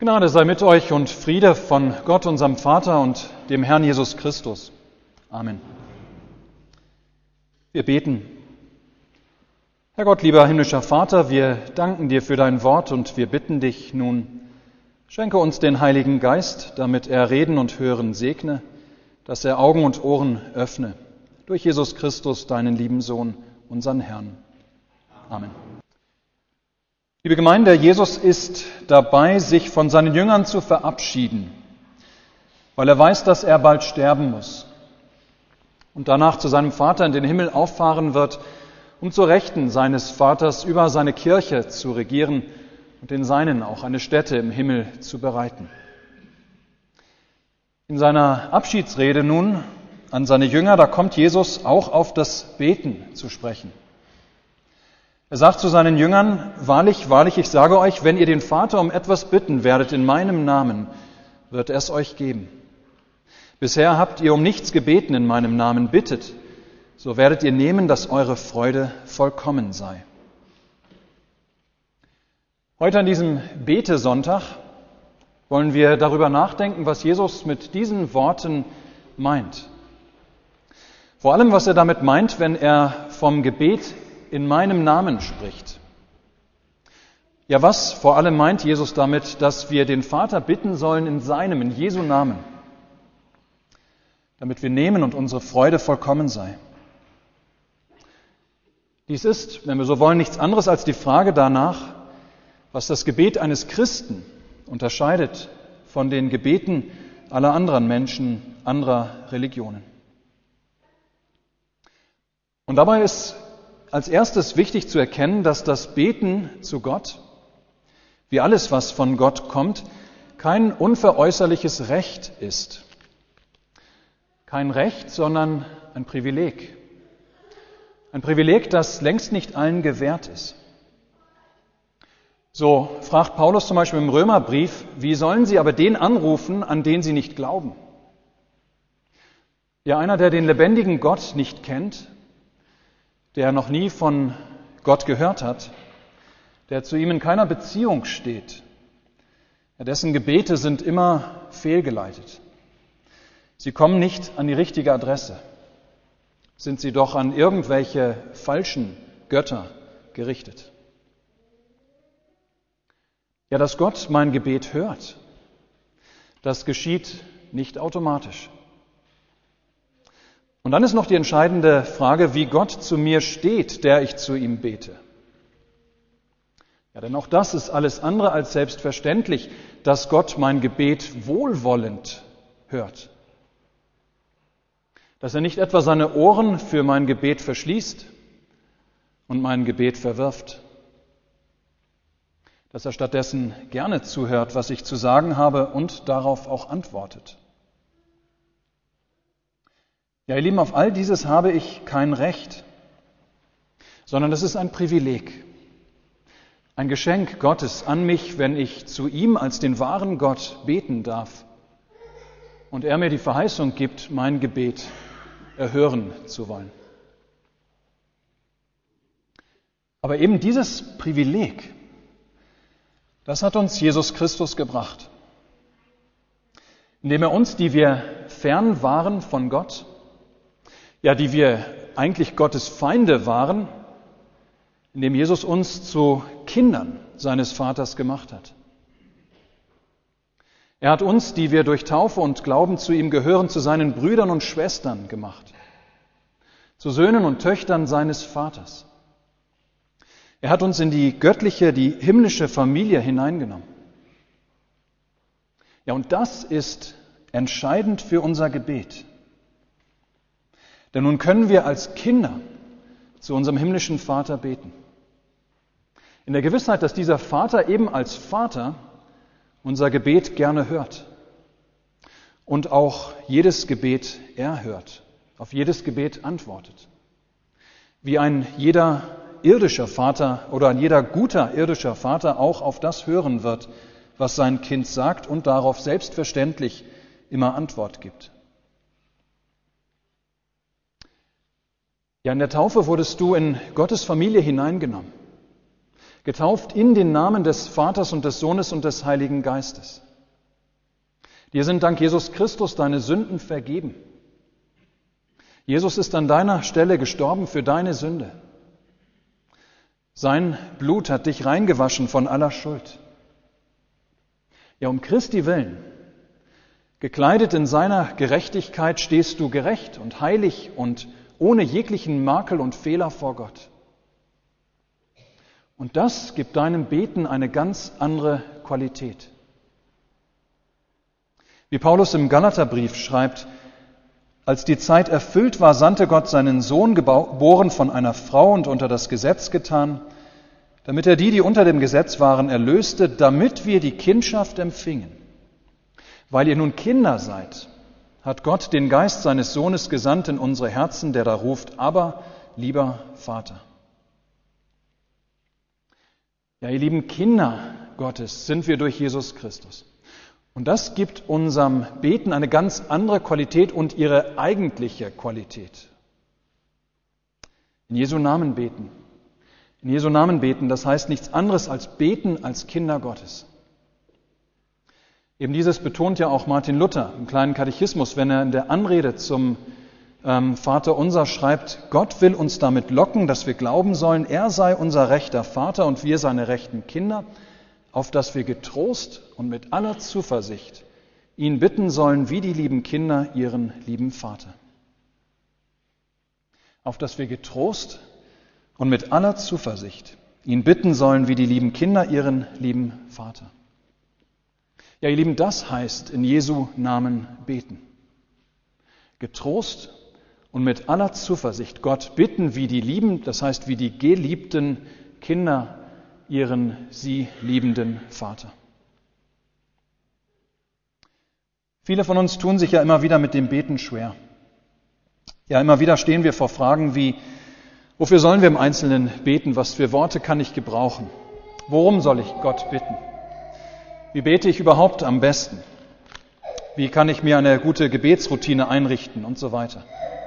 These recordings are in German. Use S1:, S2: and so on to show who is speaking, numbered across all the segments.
S1: Gnade sei mit euch und Friede von Gott, unserem Vater und dem Herrn Jesus Christus. Amen. Wir beten. Herr Gott, lieber himmlischer Vater, wir danken dir für dein Wort und wir bitten dich nun, schenke uns den Heiligen Geist, damit er Reden und Hören segne, dass er Augen und Ohren öffne. Durch Jesus Christus, deinen lieben Sohn, unseren Herrn. Amen. Liebe Gemeinde, Jesus ist dabei, sich von seinen Jüngern zu verabschieden, weil er weiß, dass er bald sterben muss und danach zu seinem Vater in den Himmel auffahren wird, um zur Rechten seines Vaters über seine Kirche zu regieren und den Seinen auch eine Stätte im Himmel zu bereiten. In seiner Abschiedsrede nun an seine Jünger, da kommt Jesus auch auf das Beten zu sprechen. Er sagt zu seinen Jüngern, wahrlich, wahrlich, ich sage euch, wenn ihr den Vater um etwas bitten werdet in meinem Namen, wird er es euch geben. Bisher habt ihr um nichts gebeten in meinem Namen, bittet, so werdet ihr nehmen, dass eure Freude vollkommen sei. Heute an diesem Betesonntag wollen wir darüber nachdenken, was Jesus mit diesen Worten meint. Vor allem, was er damit meint, wenn er vom Gebet in meinem Namen spricht. Ja, was vor allem meint Jesus damit, dass wir den Vater bitten sollen in seinem, in Jesu Namen, damit wir nehmen und unsere Freude vollkommen sei. Dies ist, wenn wir so wollen, nichts anderes als die Frage danach, was das Gebet eines Christen unterscheidet von den Gebeten aller anderen Menschen, anderer Religionen. Und dabei ist als erstes wichtig zu erkennen, dass das Beten zu Gott, wie alles, was von Gott kommt, kein unveräußerliches Recht ist. Kein Recht, sondern ein Privileg. Ein Privileg, das längst nicht allen gewährt ist. So fragt Paulus zum Beispiel im Römerbrief, wie sollen sie aber den anrufen, an den sie nicht glauben? Ja, einer, der den lebendigen Gott nicht kennt, der noch nie von Gott gehört hat, der zu ihm in keiner Beziehung steht, dessen Gebete sind immer fehlgeleitet. Sie kommen nicht an die richtige Adresse, sind sie doch an irgendwelche falschen Götter gerichtet. Ja, dass Gott mein Gebet hört, das geschieht nicht automatisch. Und dann ist noch die entscheidende Frage, wie Gott zu mir steht, der ich zu ihm bete. Ja, denn auch das ist alles andere als selbstverständlich, dass Gott mein Gebet wohlwollend hört. Dass er nicht etwa seine Ohren für mein Gebet verschließt und mein Gebet verwirft. Dass er stattdessen gerne zuhört, was ich zu sagen habe und darauf auch antwortet. Ja, ihr Lieben, auf all dieses habe ich kein Recht, sondern es ist ein Privileg, ein Geschenk Gottes an mich, wenn ich zu ihm als den wahren Gott beten darf und er mir die Verheißung gibt, mein Gebet erhören zu wollen. Aber eben dieses Privileg, das hat uns Jesus Christus gebracht, indem er uns, die wir fern waren von Gott, ja, die wir eigentlich Gottes Feinde waren, indem Jesus uns zu Kindern seines Vaters gemacht hat. Er hat uns, die wir durch Taufe und Glauben zu ihm gehören, zu seinen Brüdern und Schwestern gemacht, zu Söhnen und Töchtern seines Vaters. Er hat uns in die göttliche, die himmlische Familie hineingenommen. Ja, und das ist entscheidend für unser Gebet. Denn nun können wir als Kinder zu unserem himmlischen Vater beten. In der Gewissheit, dass dieser Vater eben als Vater unser Gebet gerne hört. Und auch jedes Gebet erhört, auf jedes Gebet antwortet. Wie ein jeder irdischer Vater oder ein jeder guter irdischer Vater auch auf das hören wird, was sein Kind sagt und darauf selbstverständlich immer Antwort gibt. Ja, in der Taufe wurdest du in Gottes Familie hineingenommen. getauft in den Namen des Vaters und des Sohnes und des Heiligen Geistes. Dir sind dank Jesus Christus deine Sünden vergeben. Jesus ist an deiner Stelle gestorben für deine Sünde. Sein Blut hat dich reingewaschen von aller Schuld. Ja, um Christi willen, gekleidet in seiner Gerechtigkeit, stehst du gerecht und heilig und ohne jeglichen Makel und Fehler vor Gott. Und das gibt deinem Beten eine ganz andere Qualität. Wie Paulus im Galaterbrief schreibt, als die Zeit erfüllt war, sandte Gott seinen Sohn, geboren von einer Frau und unter das Gesetz getan, damit er die unter dem Gesetz waren, erlöste, damit wir die Kindschaft empfingen. Weil ihr nun Kinder seid, hat Gott den Geist seines Sohnes gesandt in unsere Herzen, der da ruft, aber lieber Vater. Ja, ihr lieben Kinder Gottes sind wir durch Jesus Christus. Und das gibt unserem Beten eine ganz andere Qualität und ihre eigentliche Qualität. In Jesu Namen beten. In Jesu Namen beten, das heißt nichts anderes als beten als Kinder Gottes. Eben dieses betont ja auch Martin Luther im kleinen Katechismus, wenn er in der Anrede zum Vater unser schreibt, Gott will uns damit locken, dass wir glauben sollen, er sei unser rechter Vater und wir seine rechten Kinder, auf dass wir getrost und mit aller Zuversicht ihn bitten sollen, wie die lieben Kinder ihren lieben Vater. Auf dass wir getrost und mit aller Zuversicht ihn bitten sollen, wie die lieben Kinder ihren lieben Vater. Ja, ihr Lieben, das heißt in Jesu Namen beten. Getrost und mit aller Zuversicht Gott bitten, wie die lieben, das heißt wie die geliebten Kinder ihren sie liebenden Vater. Viele von uns tun sich ja immer wieder mit dem Beten schwer. Ja, immer wieder stehen wir vor Fragen wie, wofür sollen wir im Einzelnen beten? Was für Worte kann ich gebrauchen? Worum soll ich Gott bitten? Wie bete ich überhaupt am besten? Wie kann ich mir eine gute Gebetsroutine einrichten und so weiter?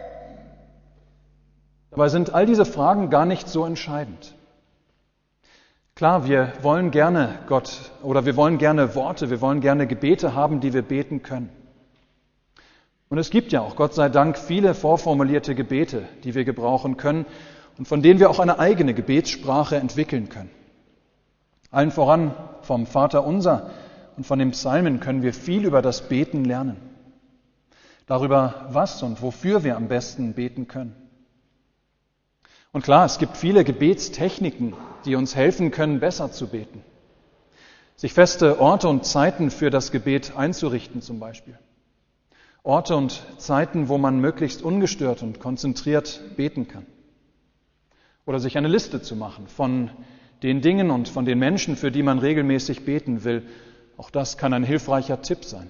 S1: Dabei sind all diese Fragen gar nicht so entscheidend. Klar, wir wollen gerne Gott oder wir wollen gerne Worte, wir wollen gerne Gebete haben, die wir beten können. Und es gibt ja auch, Gott sei Dank, viele vorformulierte Gebete, die wir gebrauchen können und von denen wir auch eine eigene Gebetssprache entwickeln können. Allen voran vom Vater Unser und von den Psalmen können wir viel über das Beten lernen. Darüber, was und wofür wir am besten beten können. Und klar, es gibt viele Gebetstechniken, die uns helfen können, besser zu beten. Sich feste Orte und Zeiten für das Gebet einzurichten zum Beispiel. Orte und Zeiten, wo man möglichst ungestört und konzentriert beten kann. Oder sich eine Liste zu machen von den Dingen und von den Menschen, für die man regelmäßig beten will. Auch das kann ein hilfreicher Tipp sein.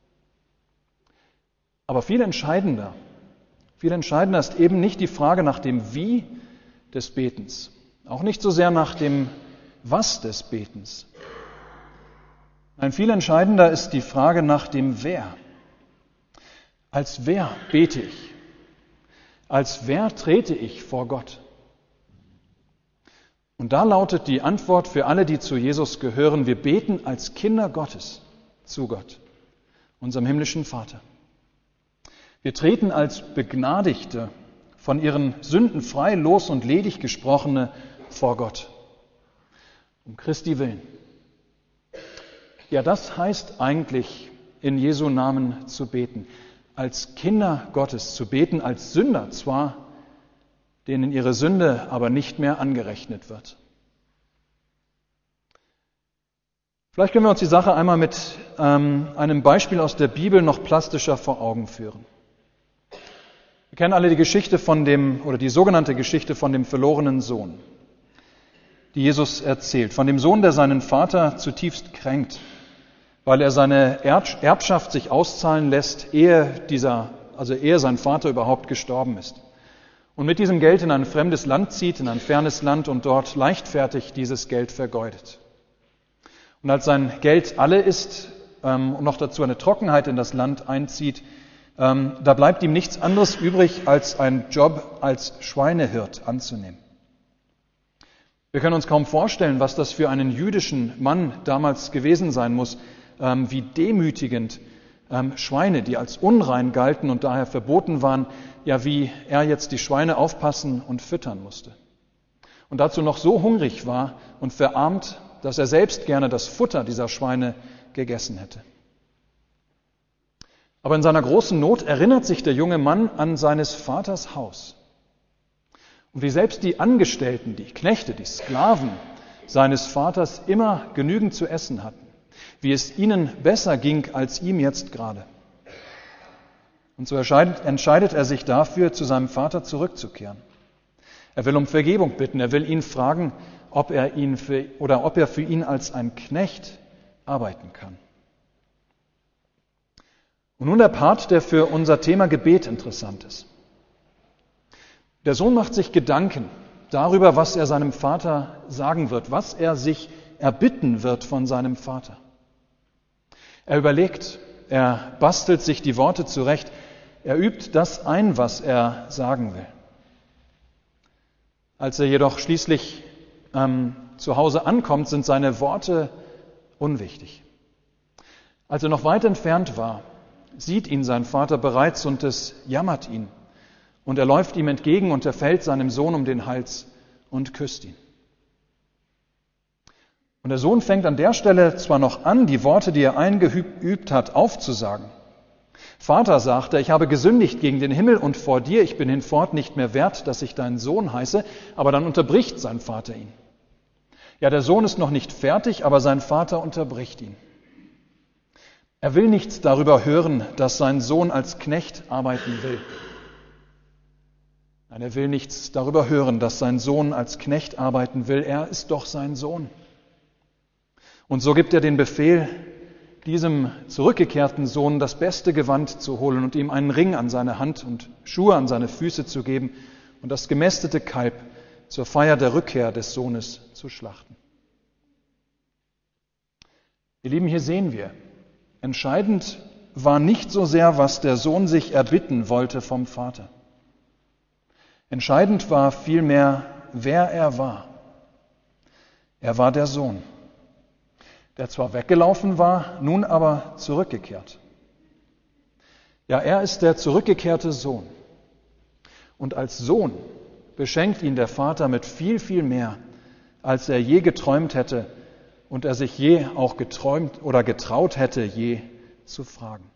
S1: Aber viel entscheidender ist eben nicht die Frage nach dem Wie des Betens, auch nicht so sehr nach dem Was des Betens. Nein, viel entscheidender ist die Frage nach dem Wer. Als wer bete ich? Als wer trete ich vor Gott? Und da lautet die Antwort für alle, die zu Jesus gehören, wir beten als Kinder Gottes zu Gott, unserem himmlischen Vater. Wir treten als Begnadigte, von ihren Sünden frei, los und ledig gesprochene vor Gott. Um Christi willen. Ja, das heißt eigentlich, in Jesu Namen zu beten. Als Kinder Gottes zu beten, als Sünder zwar, denen ihre Sünde aber nicht mehr angerechnet wird. Vielleicht können wir uns die Sache einmal mit einem Beispiel aus der Bibel noch plastischer vor Augen führen. Wir kennen alle die Geschichte die sogenannte Geschichte von dem verlorenen Sohn, die Jesus erzählt. Von dem Sohn, der seinen Vater zutiefst kränkt, weil er seine Erbschaft sich auszahlen lässt, ehe sein Vater überhaupt gestorben ist. Und mit diesem Geld in ein fremdes Land zieht, in ein fernes Land und dort leichtfertig dieses Geld vergeudet. Und als sein Geld alle ist und noch dazu eine Trockenheit in das Land einzieht, da bleibt ihm nichts anderes übrig, als einen Job als Schweinehirt anzunehmen. Wir können uns kaum vorstellen, was das für einen jüdischen Mann damals gewesen sein muss, wie demütigend Schweine, die als unrein galten und daher verboten waren, ja, wie er jetzt die Schweine aufpassen und füttern musste. Und dazu noch so hungrig war und verarmt, dass er selbst gerne das Futter dieser Schweine gegessen hätte. Aber in seiner großen Not erinnert sich der junge Mann an seines Vaters Haus. Und wie selbst die Angestellten, die Knechte, die Sklaven seines Vaters immer genügend zu essen hatten, wie es ihnen besser ging als ihm jetzt gerade. Und so entscheidet er sich dafür, zu seinem Vater zurückzukehren. Er will um Vergebung bitten, er will ihn fragen, ob er für ihn als ein Knecht arbeiten kann. Und nun der Part, der für unser Thema Gebet interessant ist. Der Sohn macht sich Gedanken darüber, was er seinem Vater sagen wird, was er sich erbitten wird von seinem Vater. Er überlegt, er bastelt sich die Worte zurecht, er übt das ein, was er sagen will. Als er jedoch schließlich zu Hause ankommt, sind seine Worte unwichtig. Als er noch weit entfernt war, sieht ihn sein Vater bereits und es jammert ihn. Und er läuft ihm entgegen und er fällt seinem Sohn um den Hals und küsst ihn. Und der Sohn fängt an der Stelle zwar noch an, die Worte, die er eingeübt hat, aufzusagen. Vater, sagt er, ich habe gesündigt gegen den Himmel und vor dir, ich bin hinfort nicht mehr wert, dass ich dein Sohn heiße, aber dann unterbricht sein Vater ihn. Ja, der Sohn ist noch nicht fertig, aber sein Vater unterbricht ihn. Er will nichts darüber hören, dass sein Sohn als Knecht arbeiten will. Nein, er will nichts darüber hören, dass sein Sohn als Knecht arbeiten will. Er ist doch sein Sohn. Und so gibt er den Befehl, diesem zurückgekehrten Sohn das beste Gewand zu holen und ihm einen Ring an seine Hand und Schuhe an seine Füße zu geben und das gemästete Kalb zur Feier der Rückkehr des Sohnes zu schlachten. Ihr Lieben, hier sehen wir, entscheidend war nicht so sehr, was der Sohn sich erbitten wollte vom Vater. Entscheidend war vielmehr, wer er war. Er war der Sohn, der zwar weggelaufen war, nun aber zurückgekehrt. Ja, er ist der zurückgekehrte Sohn. Und als Sohn beschenkt ihn der Vater mit viel, viel mehr, als er je geträumt hätte und er sich je auch geträumt oder getraut hätte, je zu fragen.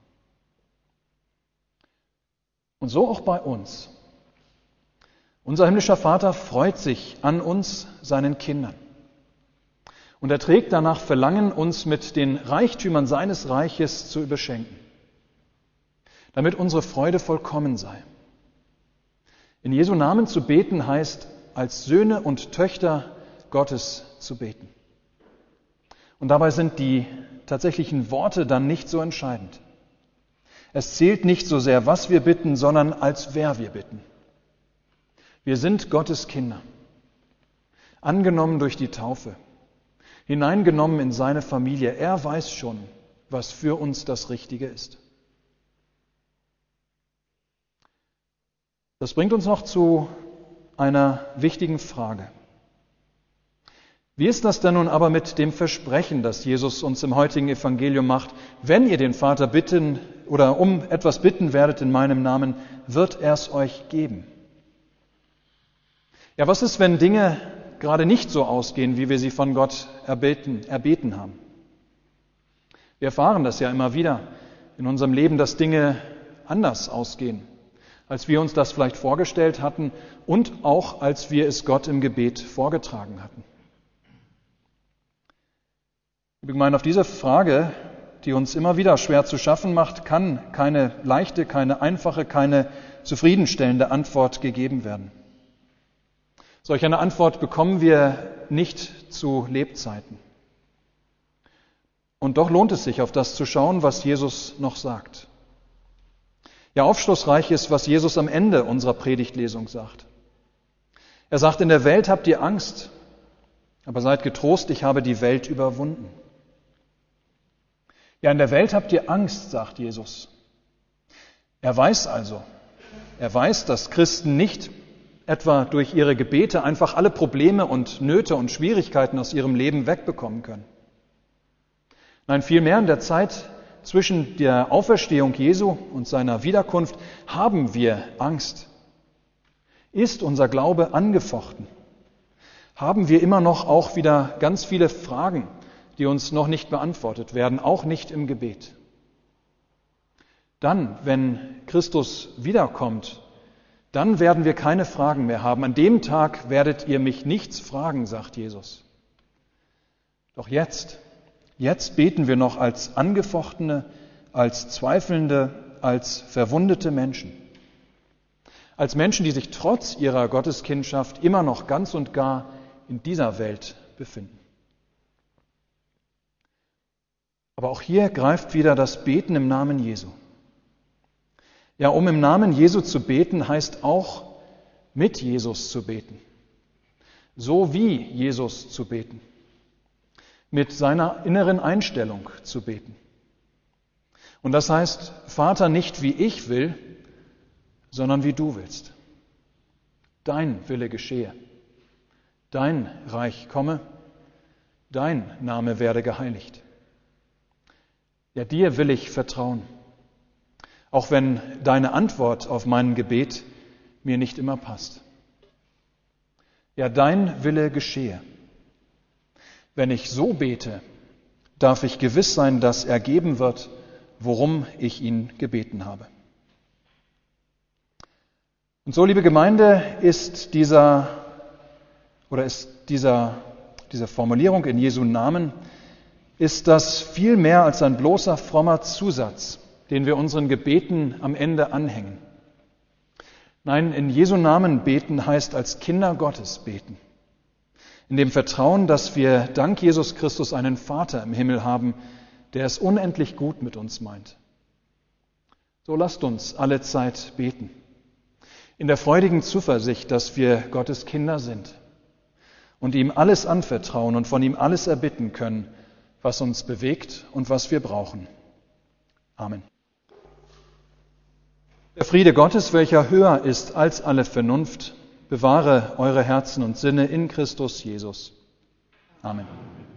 S1: Und so auch bei uns. Unser himmlischer Vater freut sich an uns, seinen Kindern. Und er trägt danach Verlangen, uns mit den Reichtümern seines Reiches zu beschenken, damit unsere Freude vollkommen sei. In Jesu Namen zu beten heißt, als Söhne und Töchter Gottes zu beten. Und dabei sind die tatsächlichen Worte dann nicht so entscheidend. Es zählt nicht so sehr, was wir bitten, sondern als wer wir bitten. Wir sind Gottes Kinder, angenommen durch die Taufe, hineingenommen in seine Familie. Er weiß schon, was für uns das Richtige ist. Das bringt uns noch zu einer wichtigen Frage. Wie ist das denn nun aber mit dem Versprechen, das Jesus uns im heutigen Evangelium macht? Wenn ihr den Vater bitten oder um etwas bitten werdet in meinem Namen, wird er es euch geben. Ja, was ist, wenn Dinge gerade nicht so ausgehen, wie wir sie von Gott erbeten haben? Wir erfahren das ja immer wieder in unserem Leben, dass Dinge anders ausgehen, als wir uns das vielleicht vorgestellt hatten und auch als wir es Gott im Gebet vorgetragen hatten. Liebe Gemeinde, auf diese Frage, die uns immer wieder schwer zu schaffen macht, kann keine leichte, keine einfache, keine zufriedenstellende Antwort gegeben werden. Solch eine Antwort bekommen wir nicht zu Lebzeiten. Und doch lohnt es sich, auf das zu schauen, was Jesus noch sagt. Ja, aufschlussreich ist, was Jesus am Ende unserer Predigtlesung sagt. Er sagt, in der Welt habt ihr Angst, aber seid getrost, ich habe die Welt überwunden. Ja, in der Welt habt ihr Angst, sagt Jesus. Er weiß, dass Christen nicht etwa durch ihre Gebete einfach alle Probleme und Nöte und Schwierigkeiten aus ihrem Leben wegbekommen können. Nein, vielmehr in der Zeit zwischen der Auferstehung Jesu und seiner Wiederkunft haben wir Angst. Ist unser Glaube angefochten? Haben wir immer noch auch wieder ganz viele Fragen, die uns noch nicht beantwortet werden, auch nicht im Gebet? Dann, wenn Christus wiederkommt, dann werden wir keine Fragen mehr haben. An dem Tag werdet ihr mich nichts fragen, sagt Jesus. Doch jetzt beten wir noch als angefochtene, als zweifelnde, als verwundete Menschen. Als Menschen, die sich trotz ihrer Gotteskindschaft immer noch ganz und gar in dieser Welt befinden. Aber auch hier greift wieder das Beten im Namen Jesu. Ja, um im Namen Jesu zu beten, heißt auch mit Jesus zu beten. So wie Jesus zu beten. Mit seiner inneren Einstellung zu beten. Und das heißt, Vater, nicht wie ich will, sondern wie du willst. Dein Wille geschehe. Dein Reich komme. Dein Name werde geheiligt. Ja, dir will ich vertrauen. Auch wenn deine Antwort auf mein Gebet mir nicht immer passt. Ja, dein Wille geschehe. Wenn ich so bete, darf ich gewiss sein, dass er geben wird, worum ich ihn gebeten habe. Und so, liebe Gemeinde, ist diese Formulierung in Jesu Namen, ist das viel mehr als ein bloßer frommer Zusatz, den wir unseren Gebeten am Ende anhängen. Nein, in Jesu Namen beten heißt als Kinder Gottes beten. In dem Vertrauen, dass wir dank Jesus Christus einen Vater im Himmel haben, der es unendlich gut mit uns meint. So lasst uns alle Zeit beten. In der freudigen Zuversicht, dass wir Gottes Kinder sind und ihm alles anvertrauen und von ihm alles erbitten können, was uns bewegt und was wir brauchen. Amen. Der Friede Gottes, welcher höher ist als alle Vernunft, bewahre eure Herzen und Sinne in Christus Jesus. Amen.